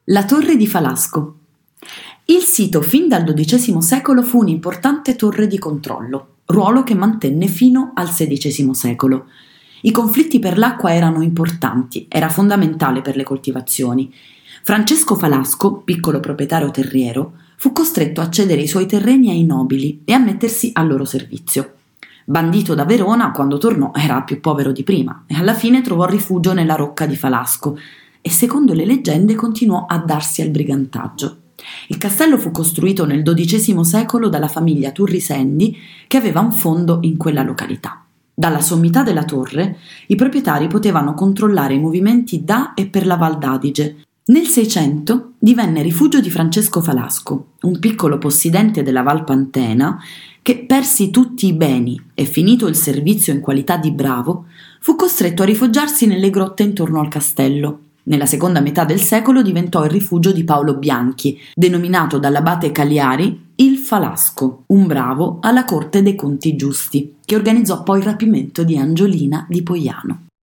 La torre di Falasco. Il sito fin dal XII secolo fu un'importante torre di controllo, ruolo che mantenne fino al XVI secolo. I conflitti per l'acqua erano importanti, era fondamentale per le coltivazioni. Francesco Falasco, piccolo proprietario terriero, fu costretto a cedere i suoi terreni ai nobili e a mettersi al loro servizio. Bandito da Verona, quando tornò era più povero di prima e alla fine trovò rifugio nella rocca di Falasco e secondo le leggende continuò a darsi al brigantaggio. Il castello fu costruito nel XII secolo dalla famiglia Turrisendi che aveva un fondo in quella località. Dalla sommità della torre i proprietari potevano controllare i movimenti da e per la Val d'Adige. Nel Seicento divenne rifugio di Francesco Falasco, un piccolo possidente della Val Pantena che, persi tutti i beni e finito il servizio in qualità di bravo, fu costretto a rifugiarsi nelle grotte intorno al castello. Nella seconda metà del secolo diventò il rifugio di Paolo Bianchi, denominato dall'abate Cagliari il Falasco, un bravo alla corte dei conti giusti, che organizzò poi il rapimento di Angiolina di Poiano.